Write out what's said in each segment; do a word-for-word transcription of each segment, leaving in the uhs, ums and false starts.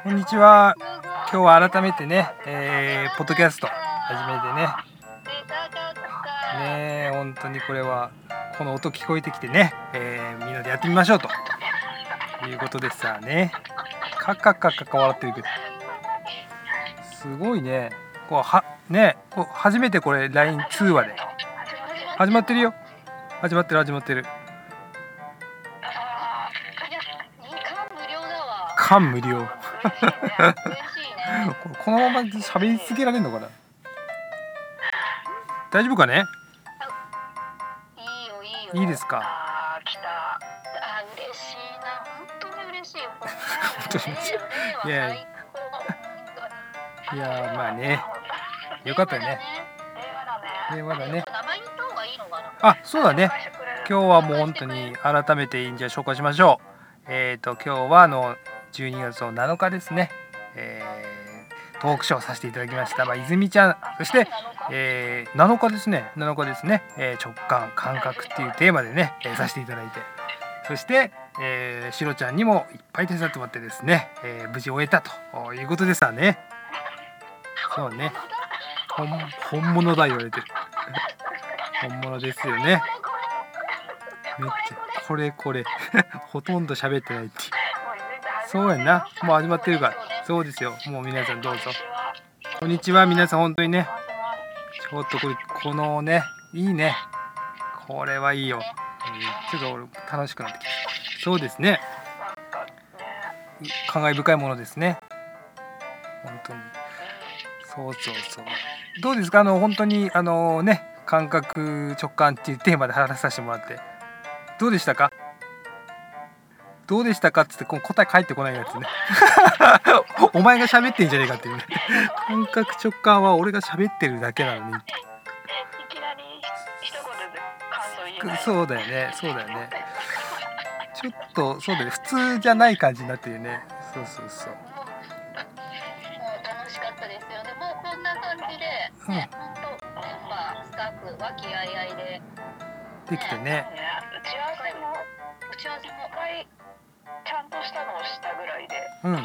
こんにちは。今日は改めてね、えー、ポッドキャスト始めてね。ねえ、本当にこれはこの音聞こえてきてね、えー、みんなでやってみましょうということでさね。カッカッカッカッカ笑ってるけど、すごいね。こうはね、こう初めてこれ ライン 通話で始まってるよ。始まってる始まってる。感無量。このまま喋り続けられるのかな。大丈夫かね。 いいよいいよ。 いいですか。 あー来た。あ嬉しいな。本当に嬉しい。本当に嬉しい。いやいやまあね。よかったよね。令和だね。 名前言った方がいいのかな。 あ、そうだね。今日はもう本当に改めてじゃあ紹介しましょう。えっと今日はあのじゅうにがつのなのかですね。えー、トークショーさせていただきました。まあ、泉ちゃん、そして、えー、なのかですね。なのかですね。えー、直感感覚っていうテーマでね、えー、させていただいて、そして、えー、しろちゃんにもいっぱい手伝ってもらってですね、えー、無事終えたということでさね。そうね。本, 本物だ言われてる。本物ですよね。めっちゃこれこれほとんど喋ってないって。そうやんな。もう始まってるから。そうですよ。もう皆さんどうぞ。こんにちは。皆さん本当にね。ちょっとこれこのねいいね。これはいいよ。ちょっと俺楽しくなってきた。そうですね。感慨深いものですね。本当に。そうそうそう。どうですか。あの本当にあのね感覚直感っていうテーマで話させてもらってどうでしたか。どうでしたかっつってこの答え返ってこないやつね。お前が喋ってんじゃねえかっていうね。感覚直感は俺が喋ってるだけなのに。いきなり一言で感想言えない。 そうだよね。そうだよね。ちょっとそうだよね。普通じゃない感じになってるよね。そうそうそう。もう楽しかったですよね。もうこんな感じで、ね、うん、本当メンバースタッフ和気あいあいでできてね。ね打ち合わせも打ち合わせもいっぱいちゃんとしたのをしたぐらいで。 うん。 あ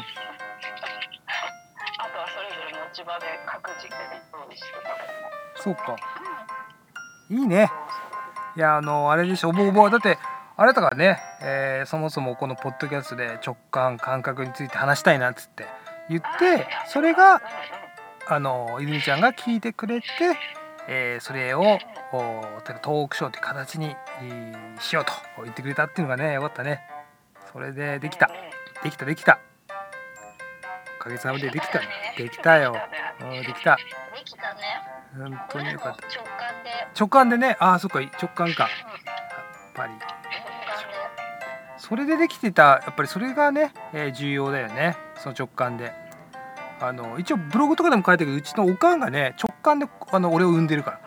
とはそれぞれ持ち場で各自で用意してた。 そうか。いいね。いやあのあれでしょ。ぼぼだってあれだからね、えー、そもそもこのポッドキャストで直感感覚について話したいなっつって言って、それがあのゆみちゃんが聞いてくれて、えー、それをトークショーという形にしようと言ってくれたっていうのがね、よかったね。それでできたできたできたおかげさまでできたできたよ。うん、できた。 できたね。 本当によかった。 直感で直感でね。ああそっか、直感か。やっぱりそれでできてた。やっぱりそれがね、えー、重要だよね。その直感で。あの一応ブログとかでも書いてるけど、うちのおかんがね直感であの俺を産んでるから。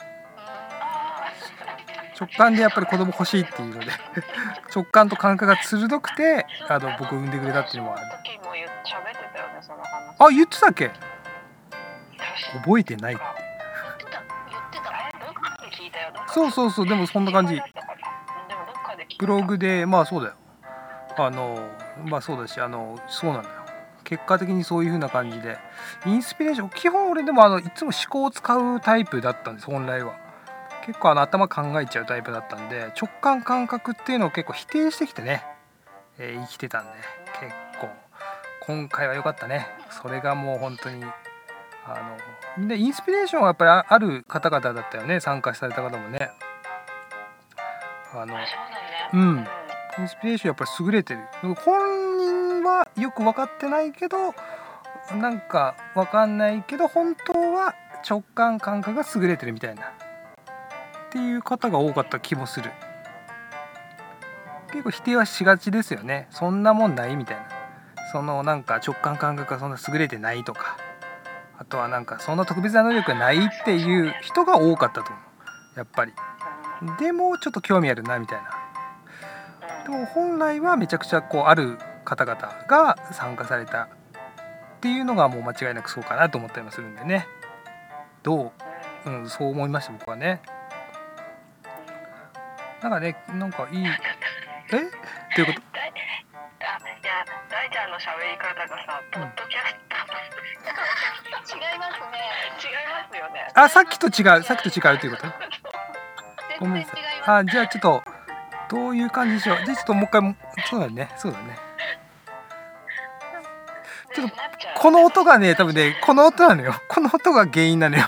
直感でやっぱり子供欲しいっていうので直感と感覚が鋭くてあの僕を産んでくれたっていうのもある。あ、言ってたっけ。覚えてないって。そうそうそう。でもそんな感じ。ブログでまあそうだよ。あのまあそうだし、あのそうなんだよ。結果的にそういう風な感じでインスピレーション、基本俺でもあのいつも思考を使うタイプだったんです。本来は結構あの頭考えちゃうタイプだったんで、直感感覚っていうのを結構否定してきてね、えー、生きてたんで、結構今回は良かったね。それがもう本当にあのみんなインスピレーションはやっぱりある方々だったよね。参加された方もね。あのうんインスピレーションやっぱり優れてる。本人はよく分かってないけど、なんか分かんないけど本当は直感感覚が優れてるみたいなっていう方が多かった気もする。結構否定はしがちですよね。そんなもんないみたいな。そのなんか直感感覚がそんな優れてないとか、あとはなんかそんな特別な能力がないっていう人が多かったと思う。やっぱり。でもちょっと興味あるなみたいな。でも本来はめちゃくちゃこうある方々が参加されたっていうのがもう間違いなくそうかなと思ったりもするんでね。どう、うん、そう思いました僕はね。なんかね、なんかいいえということ。 いや大ちゃんの喋り方がさ、ポッドキャスト違いますね。 違いますよね。 あ、さっきと違うさっきと違うということごめんなさい。 全然違います。 あ、じゃあちょっとどういう感じでしょう。じゃあちょっともう一回もそうだねそうだねちょっとなっちゃうこの音がね多分ねこの音なのよ。この音が原因なのよ。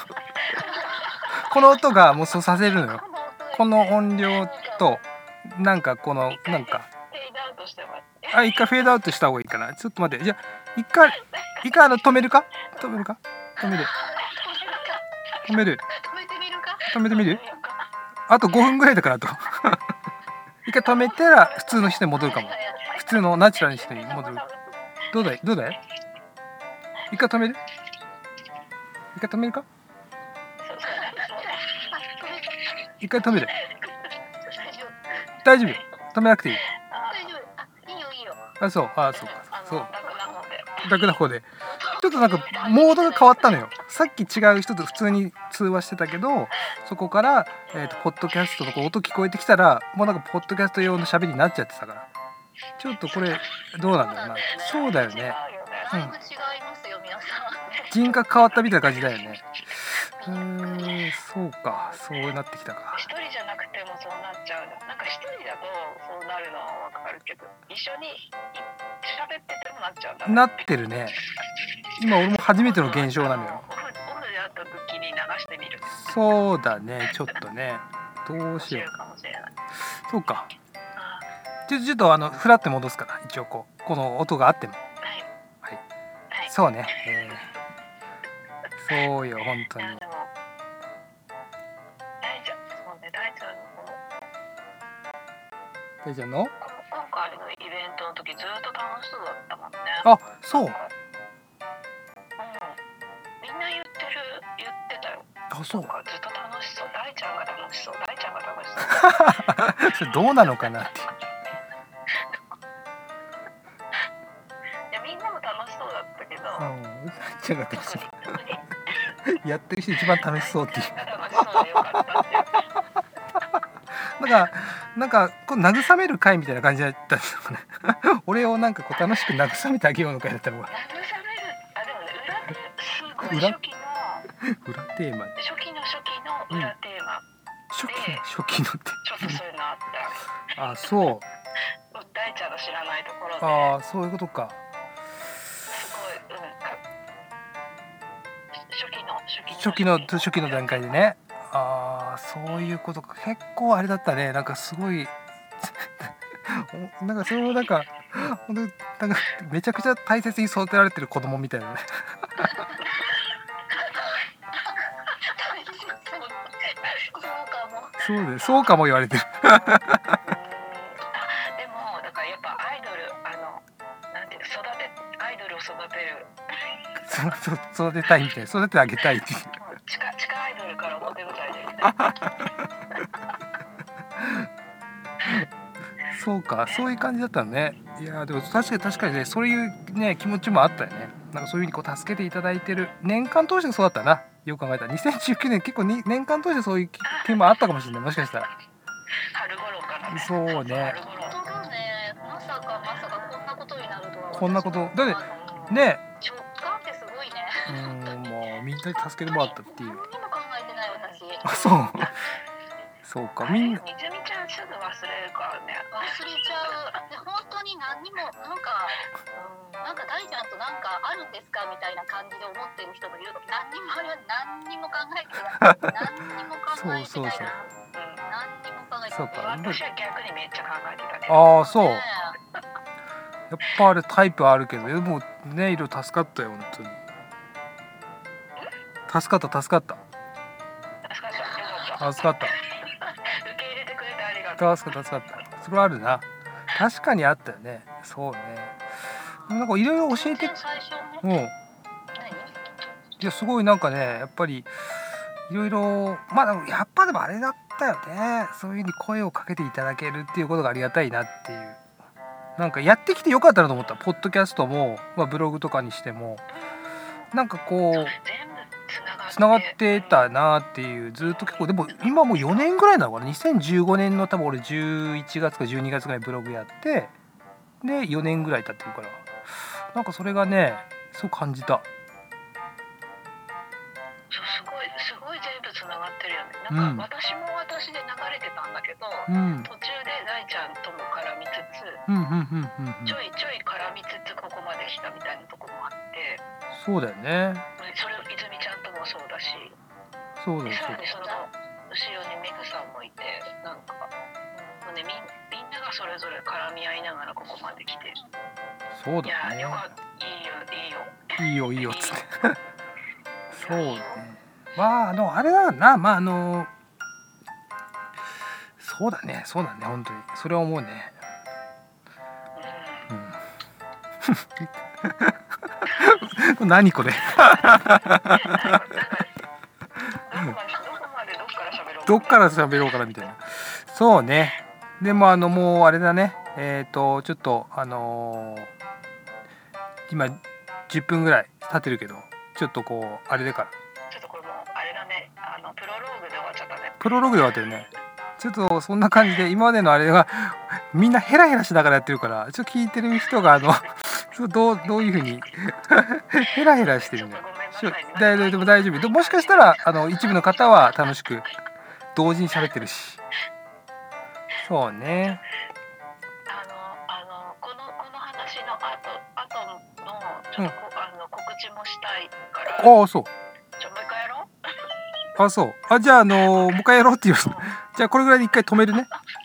この音がもうそうさせるのよ。この音量となんかこのなんかフェードアウトしてます。 あ一回フェードアウトした方がいいかな。ちょっと待ってじゃあ一回一回あの止めるか止めるか止める止める止めてみるか。 止めてみるあとごふんぐらいだからあと一回止めたら普通の人に戻るかも。普通のナチュラルな人に戻る。どうだいどうだい一回止める一回止めるか一回止める大丈夫止めなくていい。 大丈夫。あ、いいよいいよ。 あそうあそうかそう楽なので。 楽な方でちょっとなんかモードが変わったのよ。さっき違う人と普通に通話してたけどそこから、えー、とポッドキャストのこう音聞こえてきたらもうなんかポッドキャスト用の喋りになっちゃってたからちょっとこれどうなんだろうな。そうだよね。 だいぶ違いますよ皆さん。 人格変わったみたいな感じだよね。うーんそうかそうなってきたか。 一人じゃなくてもそうなっちゃうの。なんか一人だとそうなるのはわかるけど、一緒に喋っててもなっちゃうんだ。 なってるね。今俺も初めての現象なのよ。 オフオフで会った時に流してみる。 そうだねちょっとねどうしよう。 面白いかもしれない。 そうかあちょちょっとあのフラって戻すから一応こうこの音があってもーはいはいはい。 そうね、えー、そうよ本当にいやでも大ちゃんそうね大ちゃんのこの大ちゃんのこ今回のイベントの時ずっと楽しそうだったもんね。 あそううん。みんな言ってる言ってたよ。 あそうなんかずっと楽しそう。大ちゃんが楽しそう。大ちゃんが楽しそう。 それどうなのかなっていやみんなも楽しそうだったけど。 うん大ちゃんが楽し特に特にそうやってる人一番楽しそうっていう大ちゃんが楽しそうでよかったっていう。 なんかなんかこう慰める会みたいな感じだったんですよね俺をなんかこう楽しく慰めてあげようの会だったのが慰めるあでもね裏ですごい裏初期の裏テーマ初期の初期の裏テーマ、 初期の初期のってちょっとそういうのあったあそう大ちゃんの知らないところでああそういうことかすごい、うん、か初期の初期の初期の初期の段階でねああそういうことか結構あれだったねなんかすごいおなんかそれもなんか本当になんかめちゃくちゃ大切に育てられてる子供みたいなねそうかも。 そうでそうかも言われてるうんあでもだからやっぱアイドルあのなんていうの育てアイドルを育てるそそ育てたいみたいな育ててあげたいっていうもう地下地下アイドルから表舞台でみたいなそうかそういう感じだったのね。いやでも確かに確かにねそういうね気持ちもあったよね。なんかそういう風にこう助けていただいてる年間通してそうだったな。よく考えたらにせんじゅうきゅうねん結構に年間通してそういう気もあったかもしれないもしかしたら。 春頃からねそうね春頃本当だね。まさかまさかこんなことになるとは。 こんなことだっててね直感ってすごいね。 うーんもうみんなに助けてもらったっていう。 何にも考えてない私。 あそうそうかみんなみずみちゃんすぐ忘れるからね忘れちゃう。で本当に何にもなんか、うん、なんか大ちゃんとなんかあるんですかみたいな感じで思ってる人もいる。何にもあれは何にも考えてない。何にも考えてないな。 そうそうそううん何にも考えてない。 そうか私は逆にめっちゃ考えてたねああそうねやっぱあれタイプあるけどでもねいろいろ助かったよ本当に助かった助かった助かったよかった助かった受け入れてくれてありがとう助かった助かったそれはあるな確かにあったよねそうねでもなんかいろいろ教えてえ。最初うんね。 いやすごいなんかねやっぱりいろいろまあでもやっぱでもあれだったよねそういうふうに声をかけていただけるっていうことがありがたいなっていうなんかやってきてよかったなと思ったポッドキャストも、まあ、ブログとかにしてもなんかこう全部つつながってたなっていうずっと結構でも今もうよねんぐらいなのかなにせんじゅうごねんの多分俺じゅういちがつかじゅうにがつぐらいブログやってでよねんぐらい経ってるからなんかそれがねそう感じた。 そうすごいすごい全部つながってるよね。 うんなんか私も私で流れてたんだけど、 うん途中で大ちゃんとも絡みつつ、 うんうんうんうんうんちょいちょい絡みつつここまで来たみたいなとこもあって、 そうだよね。 それ泉ちゃんともそうだし、でそうだよそうさらにその後ろにメグさんもいて、なんかもうねみんみんながそれぞれ絡み合いながらここまで来て、 そういやだね。 よかったいいよいいよいいよいいよっつってそうね。まああのあれだなまああのそうだねそうだね本当にそれは思うね。 うんうんこれ何これどっから喋ろうかなみたいな。そうね。でもあのもうあれだね。えっ、とちょっとあのー今じゅっぷんぐらい経ってるけど、ちょっとこうあれだから。 ちょっとこれもうあれだね、あのプロローグで終わっちゃったね。 プロローグで終わってるね。ちょっとそんな感じで今までのあれがみんなヘラヘラしながらやってるから、ちょっと聞いてる人があのそうどうどういう風にヘラヘラしてるんだよ。しょだいでも大丈夫。でもしかしたらあの一部の方は楽しく同時に喋ってるし。そうね。 あのあのこのこの話の後後のちょっとこ、あの告知もしたいから。 ああそう。 ちょもう一回やろう。 あそう。あじゃああのもう一回やろうっていう。じゃあこれぐらいで一回止めるね。